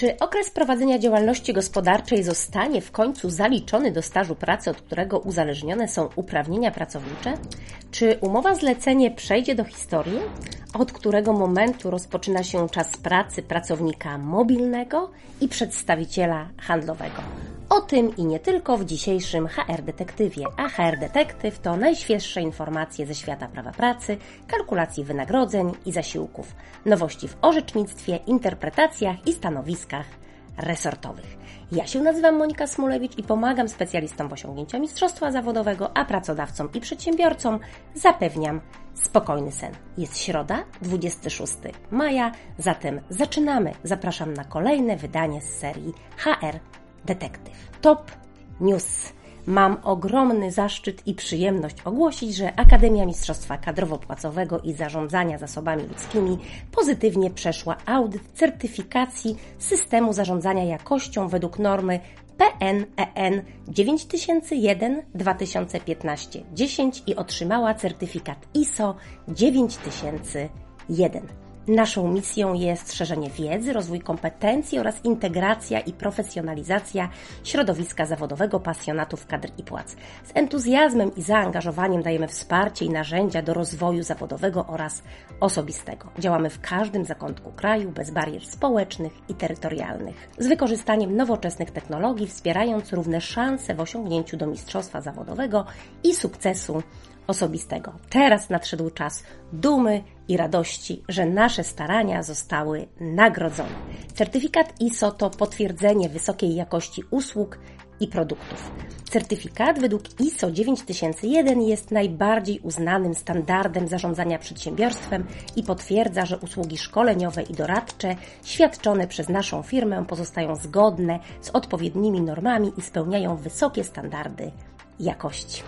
Czy okres prowadzenia działalności gospodarczej zostanie w końcu zaliczony do stażu pracy, od którego uzależnione są uprawnienia pracownicze? Czy umowa zlecenie przejdzie do historii, od którego momentu rozpoczyna się czas pracy pracownika mobilnego i przedstawiciela handlowego? O tym i nie tylko w dzisiejszym HR Detektywie, a HR Detektyw to najświeższe informacje ze świata prawa pracy, kalkulacji wynagrodzeń i zasiłków, nowości w orzecznictwie, interpretacjach i stanowiskach resortowych. Ja się nazywam Monika Smulewicz i pomagam specjalistom w osiągnięciu mistrzostwa zawodowego, a pracodawcom i przedsiębiorcom zapewniam spokojny sen. Jest środa, 26 maja, zatem zaczynamy. Zapraszam na kolejne wydanie z serii HR Detektyw. Top News. Mam ogromny zaszczyt i przyjemność ogłosić, że Akademia Mistrzostwa Kadrowo-Płacowego i Zarządzania Zasobami Ludzkimi pozytywnie przeszła audyt certyfikacji systemu zarządzania jakością według normy PN-EN 9001-2015-10 i otrzymała certyfikat ISO 9001. Naszą misją jest szerzenie wiedzy, rozwój kompetencji oraz integracja i profesjonalizacja środowiska zawodowego pasjonatów kadr i płac. Z entuzjazmem i zaangażowaniem dajemy wsparcie i narzędzia do rozwoju zawodowego oraz osobistego. Działamy w każdym zakątku kraju, bez barier społecznych i terytorialnych, z wykorzystaniem nowoczesnych technologii, wspierając równe szanse w osiągnięciu do mistrzostwa zawodowego i sukcesu osobistego. Teraz nadszedł czas dumy i radości, że nasze starania zostały nagrodzone. Certyfikat ISO to potwierdzenie wysokiej jakości usług i produktów. Certyfikat według ISO 9001 jest najbardziej uznanym standardem zarządzania przedsiębiorstwem i potwierdza, że usługi szkoleniowe i doradcze świadczone przez naszą firmę pozostają zgodne z odpowiednimi normami i spełniają wysokie standardy jakości.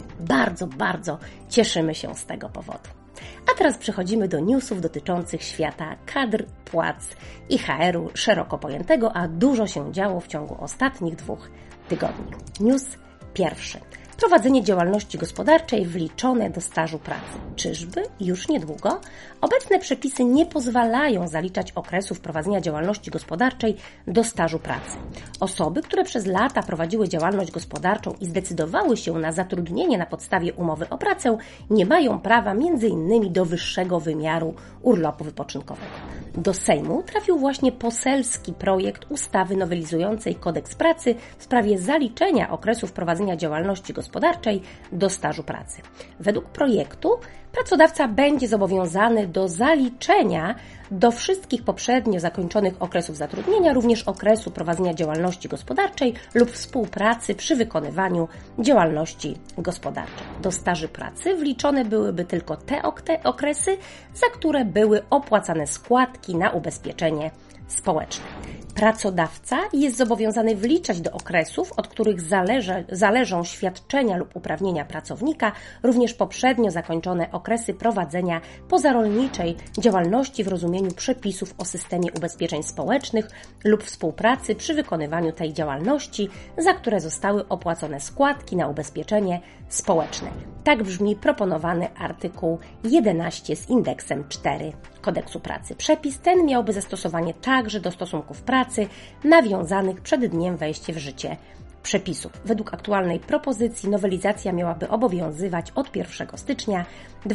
Bardzo cieszymy się z tego powodu. A teraz przechodzimy do newsów dotyczących świata kadr, płac i HR-u szeroko pojętego, a dużo się działo w ciągu ostatnich 2 tygodni. News pierwszy. Prowadzenie działalności gospodarczej wliczone do stażu pracy. Czyżby już niedługo? Obecne przepisy nie pozwalają zaliczać okresów prowadzenia działalności gospodarczej do stażu pracy. Osoby, które przez lata prowadziły działalność gospodarczą i zdecydowały się na zatrudnienie na podstawie umowy o pracę, nie mają prawa m.in. do wyższego wymiaru urlopu wypoczynkowego. Do Sejmu trafił właśnie poselski projekt ustawy nowelizującej Kodeks Pracy w sprawie zaliczenia okresów prowadzenia działalności gospodarczej do stażu pracy. Według projektu pracodawca będzie zobowiązany do zaliczenia do wszystkich poprzednio zakończonych okresów zatrudnienia, również okresu prowadzenia działalności gospodarczej lub współpracy przy wykonywaniu działalności gospodarczej. Do staży pracy wliczone byłyby tylko te okresy, za które były opłacane składki na ubezpieczenie społeczne. Pracodawca jest zobowiązany wliczać do okresów, od których zależą świadczenia lub uprawnienia pracownika, również poprzednio zakończone okresy prowadzenia pozarolniczej działalności w rozumieniu przepisów o systemie ubezpieczeń społecznych lub współpracy przy wykonywaniu tej działalności, za które zostały opłacone składki na ubezpieczenie społeczne. Tak brzmi proponowany artykuł 11 z indeksem 4 Kodeksu Pracy. Przepis ten miałby zastosowanie także do stosunków pracy nawiązanych przed dniem wejścia w życie przepisów. Według aktualnej propozycji nowelizacja miałaby obowiązywać od 1 stycznia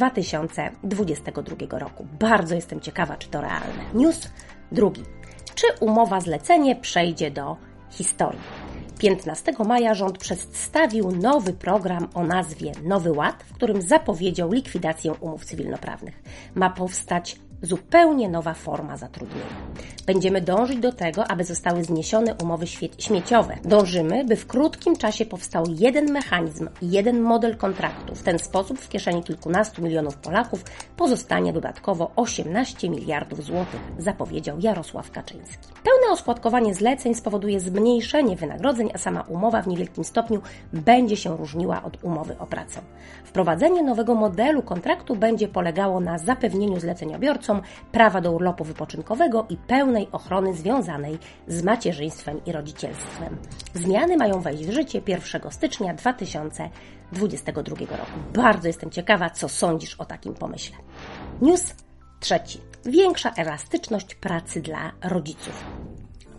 2022 roku. Bardzo jestem ciekawa, czy to realne. News drugi. Czy umowa zlecenie przejdzie do historii? 15 maja rząd przedstawił nowy program o nazwie Nowy Ład, w którym zapowiedział likwidację umów cywilnoprawnych. Ma powstać zupełnie nowa forma zatrudnienia. Będziemy dążyć do tego, aby zostały zniesione umowy śmieciowe. Dążymy, by w krótkim czasie powstał jeden mechanizm i jeden model kontraktu. W ten sposób w kieszeni kilkunastu milionów Polaków pozostanie dodatkowo 18 miliardów złotych, zapowiedział Jarosław Kaczyński. Pełne oskładkowanie zleceń spowoduje zmniejszenie wynagrodzeń, a sama umowa w niewielkim stopniu będzie się różniła od umowy o pracę. Wprowadzenie nowego modelu kontraktu będzie polegało na zapewnieniu zleceniobiorcom prawa do urlopu wypoczynkowego i pełnej ochrony związanej z macierzyństwem i rodzicielstwem. Zmiany mają wejść w życie 1 stycznia 2022 roku. Bardzo jestem ciekawa, co sądzisz o takim pomyśle. News trzeci. Większa elastyczność pracy dla rodziców.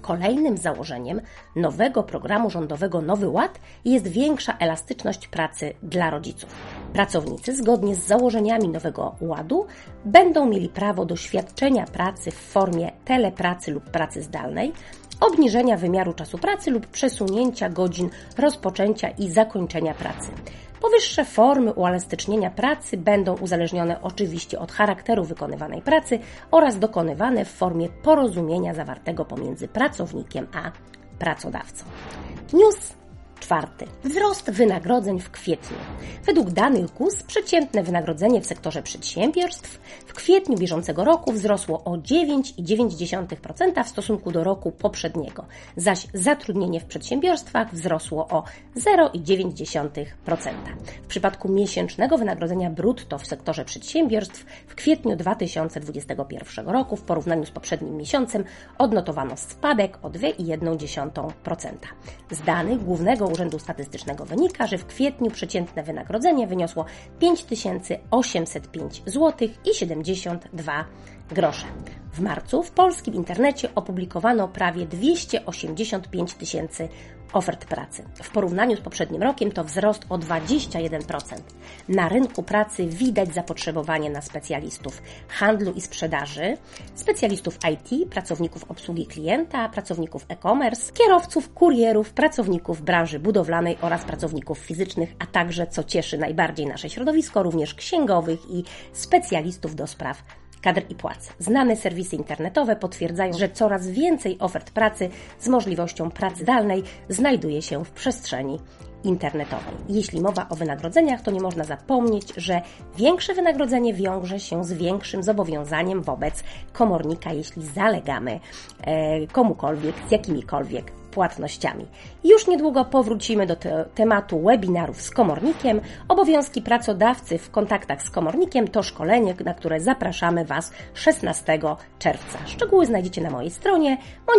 Kolejnym założeniem nowego programu rządowego Nowy Ład jest większa elastyczność pracy dla rodziców. Pracownicy, zgodnie z założeniami Nowego Ładu, będą mieli prawo do świadczenia pracy w formie telepracy lub pracy zdalnej, obniżenia wymiaru czasu pracy lub przesunięcia godzin rozpoczęcia i zakończenia pracy. Powyższe formy uelastycznienia pracy będą uzależnione oczywiście od charakteru wykonywanej pracy oraz dokonywane w formie porozumienia zawartego pomiędzy pracownikiem a pracodawcą. News 4. Wzrost wynagrodzeń w kwietniu. Według danych GUS przeciętne wynagrodzenie w sektorze przedsiębiorstw w kwietniu bieżącego roku wzrosło o 9,9% w stosunku do roku poprzedniego, zaś zatrudnienie w przedsiębiorstwach wzrosło o 0,9%. W przypadku miesięcznego wynagrodzenia brutto w sektorze przedsiębiorstw w kwietniu 2021 roku w porównaniu z poprzednim miesiącem odnotowano spadek o 2,1%. Z danych Głównego Urzędu Statystycznego wynika, że w kwietniu przeciętne wynagrodzenie wyniosło 5805 zł i 72 grosze. W marcu w polskim internecie opublikowano prawie 285 tysięcy ofert pracy. W porównaniu z poprzednim rokiem to wzrost o 21%. Na rynku pracy widać zapotrzebowanie na specjalistów handlu i sprzedaży, specjalistów IT, pracowników obsługi klienta, pracowników e-commerce, kierowców, kurierów, pracowników branży budowlanej oraz pracowników fizycznych, a także, co cieszy najbardziej nasze środowisko, również księgowych i specjalistów do spraw kadr i płac. Znane serwisy internetowe potwierdzają, że coraz więcej ofert pracy z możliwością pracy zdalnej znajduje się w przestrzeni internetowej. Jeśli mowa o wynagrodzeniach, to nie można zapomnieć, że większe wynagrodzenie wiąże się z większym zobowiązaniem wobec komornika, jeśli zalegamy komukolwiek z jakimikolwiek płatnościami. Już niedługo powrócimy do tematu webinarów z komornikiem. Obowiązki pracodawcy w kontaktach z komornikiem to szkolenie, na które zapraszamy Was 16 czerwca. Szczegóły znajdziecie na mojej stronie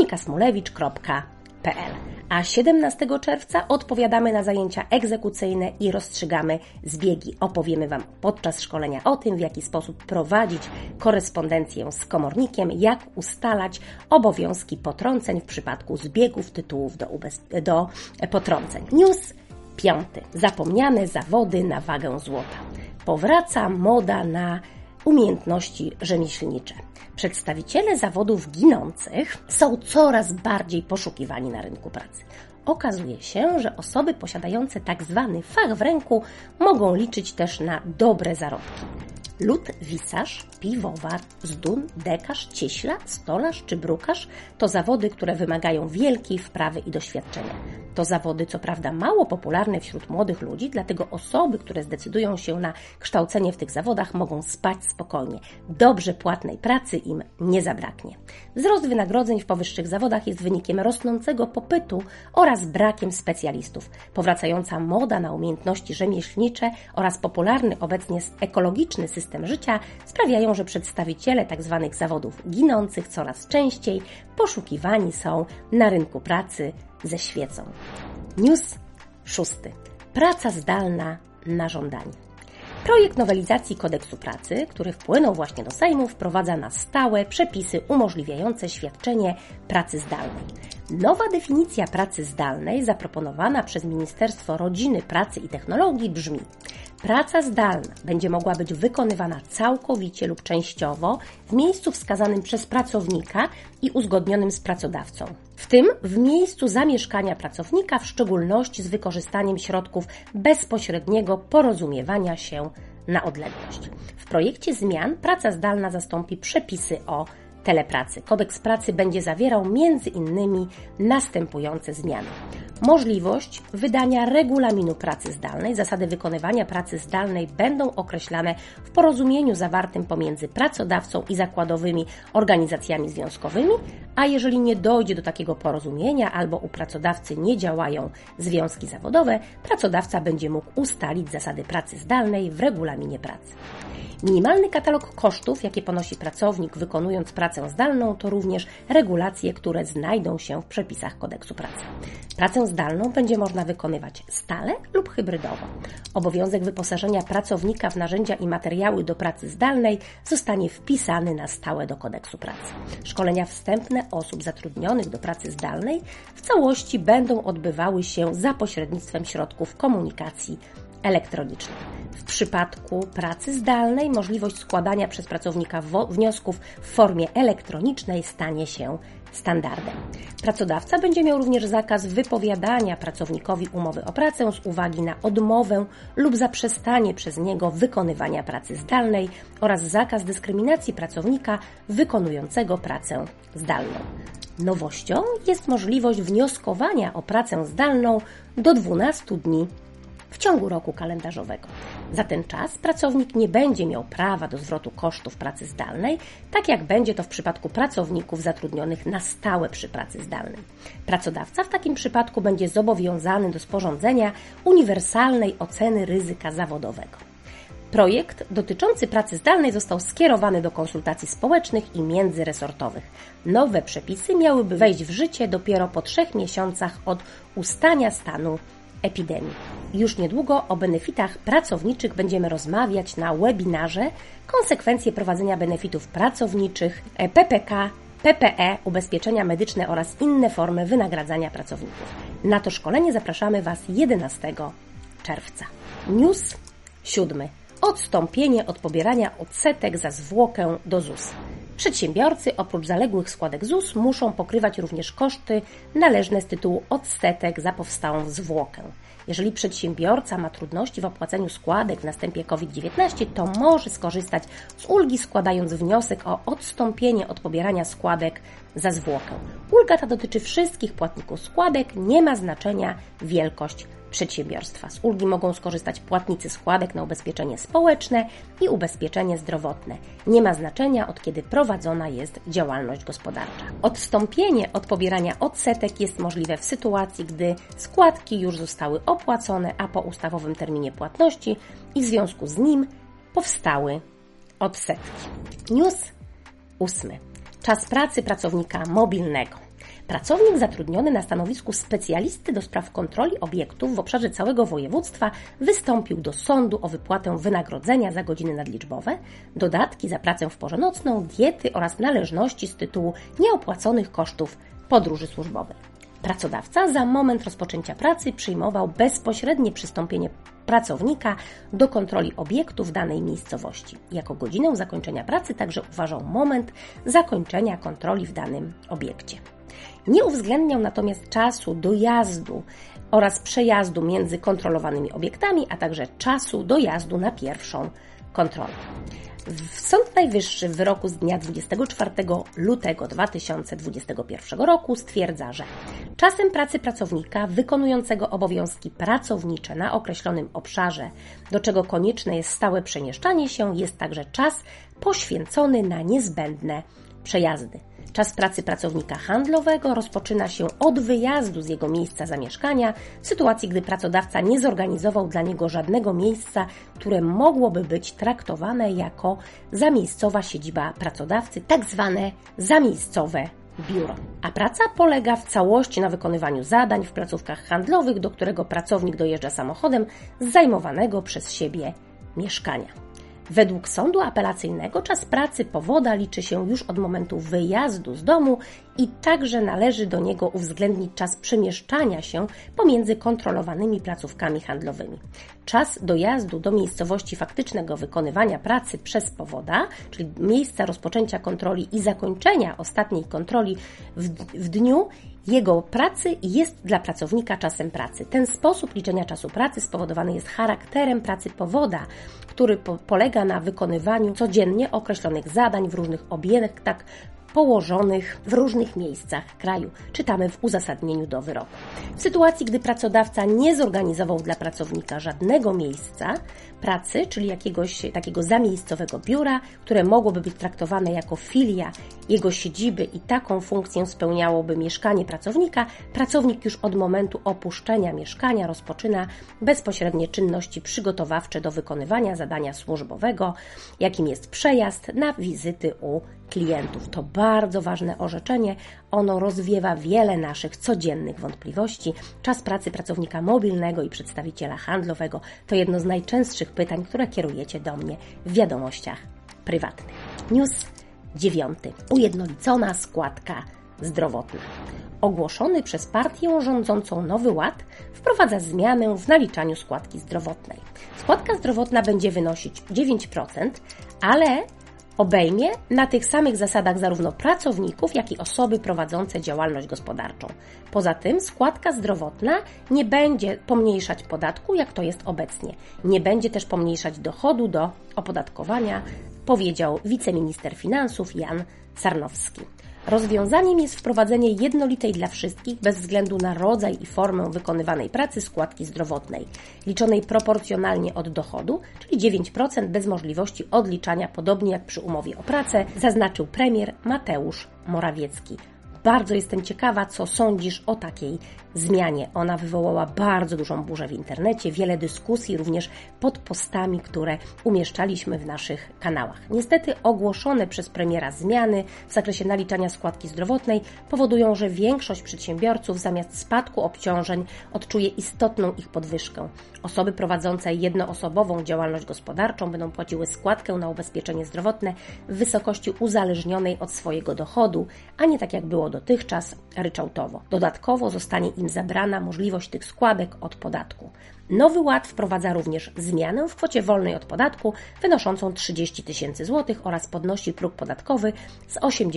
monikasmulewicz.pl. A 17 czerwca odpowiadamy na zajęcia egzekucyjne i rozstrzygamy zbiegi. Opowiemy Wam podczas szkolenia o tym, w jaki sposób prowadzić korespondencję z komornikiem, jak ustalać obowiązki potrąceń w przypadku zbiegów tytułów do potrąceń. News 5. Zapomniane zawody na wagę złota. Powraca moda na umiejętności rzemieślnicze. Przedstawiciele zawodów ginących są coraz bardziej poszukiwani na rynku pracy. Okazuje się, że osoby posiadające tak zwany fach w ręku mogą liczyć też na dobre zarobki. Lud, wisarz, piwowar, zdun, dekarz, cieśla, stolarz czy brukarz to zawody, które wymagają wielkiej wprawy i doświadczenia. To zawody, co prawda, mało popularne wśród młodych ludzi, dlatego osoby, które zdecydują się na kształcenie w tych zawodach, mogą spać spokojnie. Dobrze płatnej pracy im nie zabraknie. Wzrost wynagrodzeń w powyższych zawodach jest wynikiem rosnącego popytu oraz brakiem specjalistów. Powracająca moda na umiejętności rzemieślnicze oraz popularny obecnie ekologiczny system życia sprawiają, że przedstawiciele tzw. zawodów ginących coraz częściej poszukiwani są na rynku pracy ze świecą. News 6. Praca zdalna na żądanie. Projekt nowelizacji Kodeksu Pracy, który wpłynął właśnie do Sejmu, wprowadza na stałe przepisy umożliwiające świadczenie pracy zdalnej. Nowa definicja pracy zdalnej zaproponowana przez Ministerstwo Rodziny, Pracy i Technologii brzmi: praca zdalna będzie mogła być wykonywana całkowicie lub częściowo w miejscu wskazanym przez pracownika i uzgodnionym z pracodawcą, w tym w miejscu zamieszkania pracownika, w szczególności z wykorzystaniem środków bezpośredniego porozumiewania się na odległość. W projekcie zmian praca zdalna zastąpi przepisy o telepracy. Kodeks pracy będzie zawierał m.in. następujące zmiany. Możliwość wydania regulaminu pracy zdalnej. Zasady wykonywania pracy zdalnej będą określane w porozumieniu zawartym pomiędzy pracodawcą i zakładowymi organizacjami związkowymi, a jeżeli nie dojdzie do takiego porozumienia albo u pracodawcy nie działają związki zawodowe, pracodawca będzie mógł ustalić zasady pracy zdalnej w regulaminie pracy. Minimalny katalog kosztów, jakie ponosi pracownik wykonując pracę zdalną, to również regulacje, które znajdą się w przepisach Kodeksu pracy. Pracę zdalną będzie można wykonywać stale lub hybrydowo. Obowiązek wyposażenia pracownika w narzędzia i materiały do pracy zdalnej zostanie wpisany na stałe do Kodeksu pracy. Szkolenia wstępne osób zatrudnionych do pracy zdalnej w całości będą odbywały się za pośrednictwem środków komunikacji elektronicznej. W przypadku pracy zdalnej możliwość składania przez pracownika wniosków w formie elektronicznej stanie się standardem. Pracodawca będzie miał również zakaz wypowiadania pracownikowi umowy o pracę z uwagi na odmowę lub zaprzestanie przez niego wykonywania pracy zdalnej oraz zakaz dyskryminacji pracownika wykonującego pracę zdalną. Nowością jest możliwość wnioskowania o pracę zdalną do 12 dni w ciągu roku kalendarzowego. Za ten czas pracownik nie będzie miał prawa do zwrotu kosztów pracy zdalnej, tak jak będzie to w przypadku pracowników zatrudnionych na stałe przy pracy zdalnej. Pracodawca w takim przypadku będzie zobowiązany do sporządzenia uniwersalnej oceny ryzyka zawodowego. Projekt dotyczący pracy zdalnej został skierowany do konsultacji społecznych i międzyresortowych. Nowe przepisy miałyby wejść w życie dopiero po 3 miesiącach od ustania stanu epidemii. Już niedługo o benefitach pracowniczych będziemy rozmawiać na webinarze Konsekwencje prowadzenia benefitów pracowniczych, PPK, PPE, ubezpieczenia medyczne oraz inne formy wynagradzania pracowników. Na to szkolenie zapraszamy Was 11 czerwca. News 7. Odstąpienie od pobierania odsetek za zwłokę do ZUS. Przedsiębiorcy oprócz zaległych składek ZUS muszą pokrywać również koszty należne z tytułu odsetek za powstałą zwłokę. Jeżeli przedsiębiorca ma trudności w opłaceniu składek w następie COVID-19, to może skorzystać z ulgi, składając wniosek o odstąpienie od pobierania składek za zwłokę. Ulga ta dotyczy wszystkich płatników składek, nie ma znaczenia wielkość przedsiębiorstwa. Z ulgi mogą skorzystać płatnicy składek na ubezpieczenie społeczne i ubezpieczenie zdrowotne. Nie ma znaczenia, od kiedy prowadzona jest działalność gospodarcza. Odstąpienie od pobierania odsetek jest możliwe w sytuacji, gdy składki już zostały opłacone, a po ustawowym terminie płatności i w związku z nim powstały odsetki. News 8. Czas pracy pracownika mobilnego. Pracownik zatrudniony na stanowisku specjalisty do spraw kontroli obiektów w obszarze całego województwa wystąpił do sądu o wypłatę wynagrodzenia za godziny nadliczbowe, dodatki za pracę w porę nocną, diety oraz należności z tytułu nieopłaconych kosztów podróży służbowej. Pracodawca za moment rozpoczęcia pracy przyjmował bezpośrednie przystąpienie pracownika do kontroli obiektu w danej miejscowości. Jako godzinę zakończenia pracy także uważał moment zakończenia kontroli w danym obiekcie. Nie uwzględniał natomiast czasu dojazdu oraz przejazdu między kontrolowanymi obiektami, a także czasu dojazdu na pierwszą kontrolę. Sąd Najwyższy w wyroku z dnia 24 lutego 2021 roku stwierdza, że czasem pracy pracownika wykonującego obowiązki pracownicze na określonym obszarze, do czego konieczne jest stałe przemieszczanie się, jest także czas poświęcony na niezbędne przejazdy. Czas pracy pracownika handlowego rozpoczyna się od wyjazdu z jego miejsca zamieszkania w sytuacji, gdy pracodawca nie zorganizował dla niego żadnego miejsca, które mogłoby być traktowane jako zamiejscowa siedziba pracodawcy, tak zwane zamiejscowe biuro. A praca polega w całości na wykonywaniu zadań w placówkach handlowych, do którego pracownik dojeżdża samochodem z zajmowanego przez siebie mieszkania. Według sądu apelacyjnego czas pracy powoda liczy się już od momentu wyjazdu z domu i także należy do niego uwzględnić czas przemieszczania się pomiędzy kontrolowanymi placówkami handlowymi. Czas dojazdu do miejscowości faktycznego wykonywania pracy przez powoda, czyli miejsca rozpoczęcia kontroli i zakończenia ostatniej kontroli w dniu jego pracy, jest dla pracownika czasem pracy. Ten sposób liczenia czasu pracy spowodowany jest charakterem pracy powoda, który polega na wykonywaniu codziennie określonych zadań w różnych obiektach położonych w różnych miejscach kraju. Czytamy w uzasadnieniu do wyroku. W sytuacji, gdy pracodawca nie zorganizował dla pracownika żadnego miejsca pracy, czyli jakiegoś takiego zamiejscowego biura, które mogłoby być traktowane jako filia jego siedziby i taką funkcję spełniałoby mieszkanie pracownika, pracownik już od momentu opuszczenia mieszkania rozpoczyna bezpośrednie czynności przygotowawcze do wykonywania zadania służbowego, jakim jest przejazd na wizyty u klientów. To bardzo ważne orzeczenie. Ono rozwiewa wiele naszych codziennych wątpliwości. Czas pracy pracownika mobilnego i przedstawiciela handlowego to jedno z najczęstszych pytań, które kierujecie do mnie w wiadomościach prywatnych. News 9. Ujednolicona składka zdrowotna. Ogłoszony przez partię rządzącą Nowy Ład wprowadza zmianę w naliczaniu składki zdrowotnej. Składka zdrowotna będzie wynosić 9%, ale obejmie na tych samych zasadach zarówno pracowników, jak i osoby prowadzące działalność gospodarczą. Poza tym składka zdrowotna nie będzie pomniejszać podatku, jak to jest obecnie. Nie będzie też pomniejszać dochodu do opodatkowania, powiedział wiceminister finansów Jan Sarnowski. Rozwiązaniem jest wprowadzenie jednolitej dla wszystkich, bez względu na rodzaj i formę wykonywanej pracy składki zdrowotnej, liczonej proporcjonalnie od dochodu, czyli 9% bez możliwości odliczania, podobnie jak przy umowie o pracę, zaznaczył premier Mateusz Morawiecki. Bardzo jestem ciekawa, co sądzisz o takiej zmianie. Ona wywołała bardzo dużą burzę w internecie, wiele dyskusji również pod postami, które umieszczaliśmy w naszych kanałach. Niestety ogłoszone przez premiera zmiany w zakresie naliczania składki zdrowotnej powodują, że większość przedsiębiorców zamiast spadku obciążeń odczuje istotną ich podwyżkę. Osoby prowadzące jednoosobową działalność gospodarczą będą płaciły składkę na ubezpieczenie zdrowotne w wysokości uzależnionej od swojego dochodu, a nie tak jak było dotychczas ryczałtowo. Dodatkowo zostanie im zabrana możliwość tych składek od podatku. Nowy Ład wprowadza również zmianę w kwocie wolnej od podatku wynoszącą 30 000 złotych oraz podnosi próg podatkowy z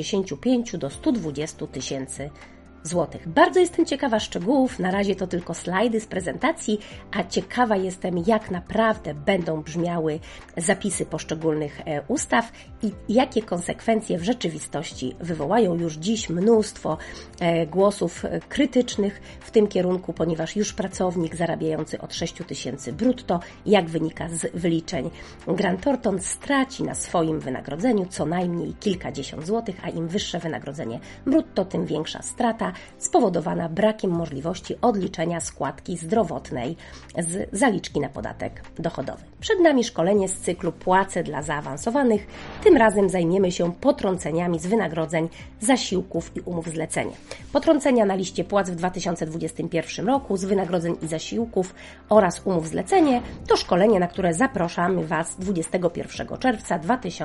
85 do 120 000 złotych. Bardzo jestem ciekawa szczegółów, na razie to tylko slajdy z prezentacji, a ciekawa jestem, jak naprawdę będą brzmiały zapisy poszczególnych ustaw i jakie konsekwencje w rzeczywistości wywołają. Już dziś mnóstwo głosów krytycznych w tym kierunku, ponieważ już pracownik zarabiający od 6 000 brutto, jak wynika z wyliczeń Grant Thornton, straci na swoim wynagrodzeniu co najmniej kilkadziesiąt złotych, a im wyższe wynagrodzenie brutto, tym większa strata spowodowana brakiem możliwości odliczenia składki zdrowotnej z zaliczki na podatek dochodowy. Przed nami szkolenie z cyklu Płace dla zaawansowanych. Tym razem zajmiemy się potrąceniami z wynagrodzeń, zasiłków i umów zlecenia. Potrącenia na liście płac w 2021 roku z wynagrodzeń i zasiłków oraz umów zlecenie to szkolenie, na które zapraszamy Was 21 czerwca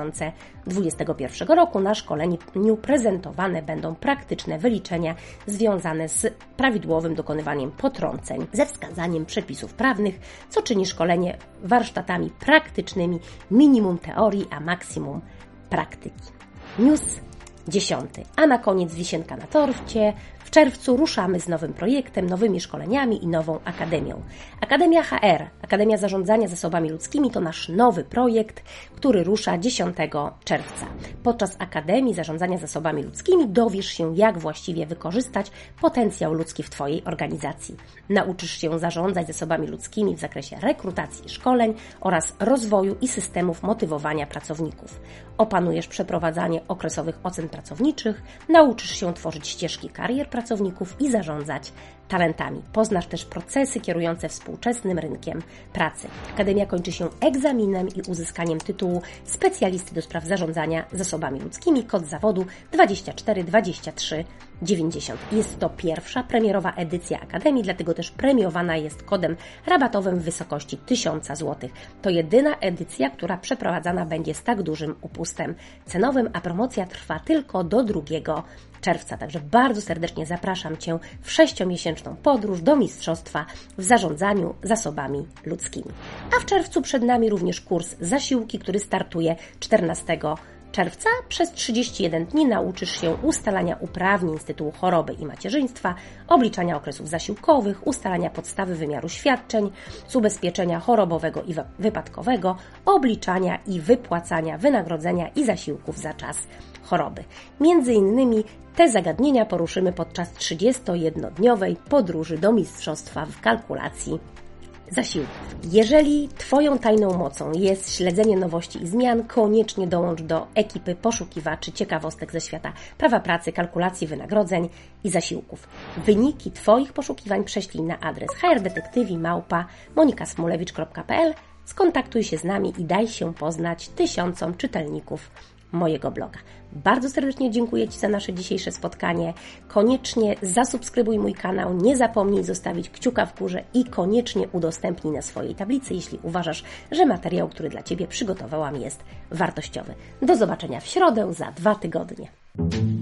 2021 roku. Na szkoleniu prezentowane będą praktyczne wyliczenia związane z prawidłowym dokonywaniem potrąceń ze wskazaniem przepisów prawnych, co czyni szkolenie warsztatami praktycznymi, minimum teorii, a maksimum praktyki. News 10. A na koniec wisienka na torcie. W czerwcu ruszamy z nowym projektem, nowymi szkoleniami i nową akademią. Akademia HR, Akademia Zarządzania Zasobami Ludzkimi, to nasz nowy projekt, który rusza 10 czerwca. Podczas Akademii Zarządzania Zasobami Ludzkimi dowiesz się, jak właściwie wykorzystać potencjał ludzki w Twojej organizacji. Nauczysz się zarządzać zasobami ludzkimi w zakresie rekrutacji, szkoleń oraz rozwoju i systemów motywowania pracowników. Opanujesz przeprowadzanie okresowych ocen pracowniczych, nauczysz się tworzyć ścieżki karier pracowników i zarządzać talentami. Poznasz też procesy kierujące współczesnym rynkiem pracy. Akademia kończy się egzaminem i uzyskaniem tytułu specjalisty do spraw zarządzania zasobami ludzkimi, kod zawodu 242390. Jest to pierwsza premierowa edycja Akademii, dlatego też premiowana jest kodem rabatowym w wysokości 1000 zł. To jedyna edycja, która przeprowadzana będzie z tak dużym upustem cenowym, a promocja trwa tylko do 2 czerwca. Także bardzo serdecznie zapraszam Cię w 6-miesięczną podróż do mistrzostwa w zarządzaniu zasobami ludzkimi. A w czerwcu przed nami również kurs Zasiłki, który startuje 14 czerwca przez 31 dni nauczysz się ustalania uprawnień z tytułu choroby i macierzyństwa, obliczania okresów zasiłkowych, ustalania podstawy wymiaru świadczeń z ubezpieczenia chorobowego i wypadkowego, obliczania i wypłacania wynagrodzenia i zasiłków za czas choroby. Między innymi te zagadnienia poruszymy podczas 31-dniowej podróży do mistrzostwa w kalkulacji zasiłków. Jeżeli Twoją tajną mocą jest śledzenie nowości i zmian, koniecznie dołącz do ekipy poszukiwaczy ciekawostek ze świata prawa pracy, kalkulacji wynagrodzeń i zasiłków. Wyniki Twoich poszukiwań prześlij na adres hrdetektywi@monikasmulewicz.pl. Skontaktuj się z nami i daj się poznać tysiącom czytelników mojego bloga. Bardzo serdecznie dziękuję Ci za nasze dzisiejsze spotkanie. Koniecznie zasubskrybuj mój kanał, nie zapomnij zostawić kciuka w górze i koniecznie udostępnij na swojej tablicy, jeśli uważasz, że materiał, który dla Ciebie przygotowałam, jest wartościowy. Do zobaczenia w środę za 2 tygodnie.